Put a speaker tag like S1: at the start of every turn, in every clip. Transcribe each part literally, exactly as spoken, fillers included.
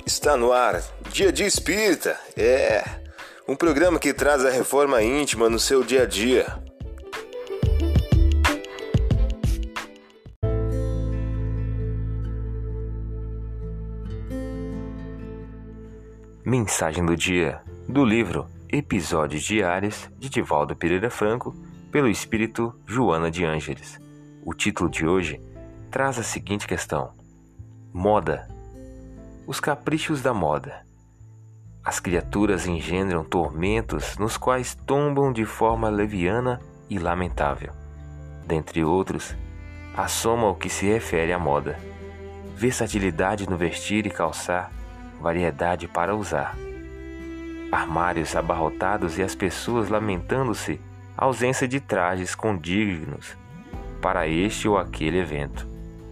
S1: Está no ar, Dia de Espírita, é um programa que traz a reforma íntima no seu dia a dia.
S2: Mensagem do dia, do livro Episódios Diários de Divaldo Pereira Franco, pelo espírito Joana de Ângeles. O título de hoje traz a seguinte questão: moda. Os caprichos da moda. As criaturas engendram tormentos nos quais tombam de forma leviana e lamentável. Dentre outros, assoma o que se refere à moda: versatilidade no vestir e calçar, variedade para usar. Armários abarrotados e as pessoas lamentando-se a ausência de trajes condignos para este ou aquele evento.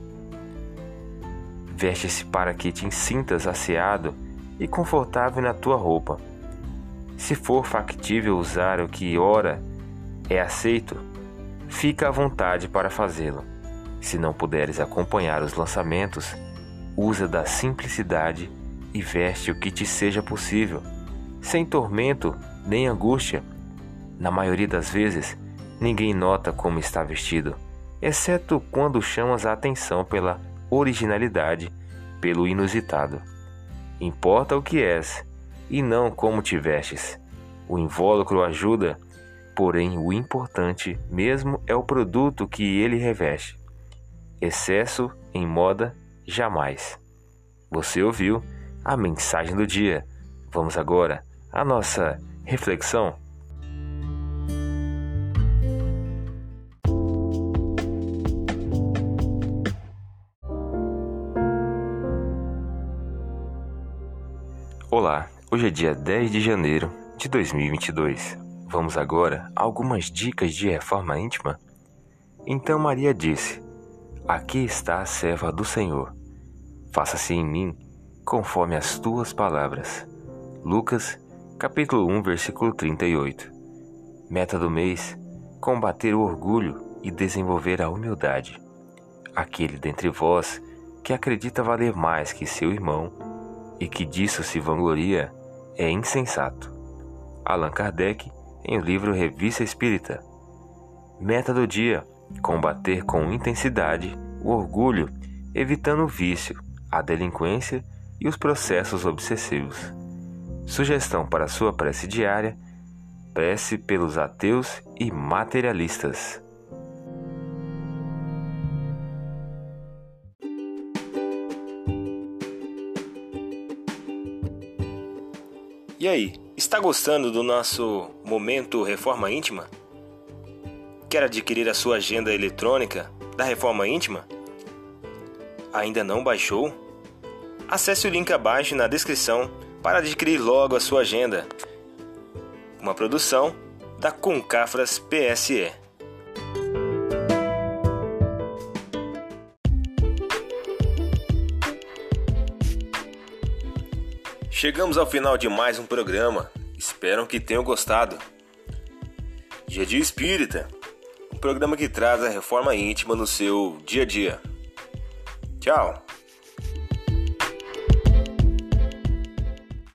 S2: Veste-se para que te sintas asseado e confortável na tua roupa. Se for factível usar o que ora é aceito, fica à vontade para fazê-lo. Se não puderes acompanhar os lançamentos, usa da simplicidade e veste o que te seja possível, sem tormento nem angústia. Na maioria das vezes, ninguém nota como está vestido, exceto quando chamas a atenção pela originalidade, pelo inusitado. Importa o que és, e não como te vestes. O invólucro ajuda, porém o importante mesmo é o produto que ele reveste. Excesso em moda, jamais. Você ouviu a mensagem do dia. Vamos agora à nossa reflexão. Olá, hoje é dia dez de janeiro de dois mil e vinte e dois. Vamos agora a algumas dicas de reforma íntima? Então Maria disse: aqui está a serva do Senhor. Faça-se em mim conforme as tuas palavras. Lucas, capítulo um, versículo trinta e oito. Meta do mês: combater o orgulho e desenvolver a humildade. Aquele dentre vós que acredita valer mais que seu irmão e que disso se vangloria é insensato. Allan Kardec, em o livro Revista Espírita. Meta do dia: combater com intensidade o orgulho, evitando o vício, a delinquência e os processos obsessivos. Sugestão para sua prece diária: prece pelos ateus e materialistas.
S1: E aí, está gostando do nosso momento Reforma Íntima? Quer adquirir a sua agenda eletrônica da Reforma Íntima? Ainda não baixou? Acesse o link abaixo na descrição para adquirir logo a sua agenda. Uma produção da Concafras P S E. Chegamos ao final de mais um programa. Espero que tenham gostado. Dia de Espírita, um programa que traz a reforma íntima no seu dia a dia. Tchau!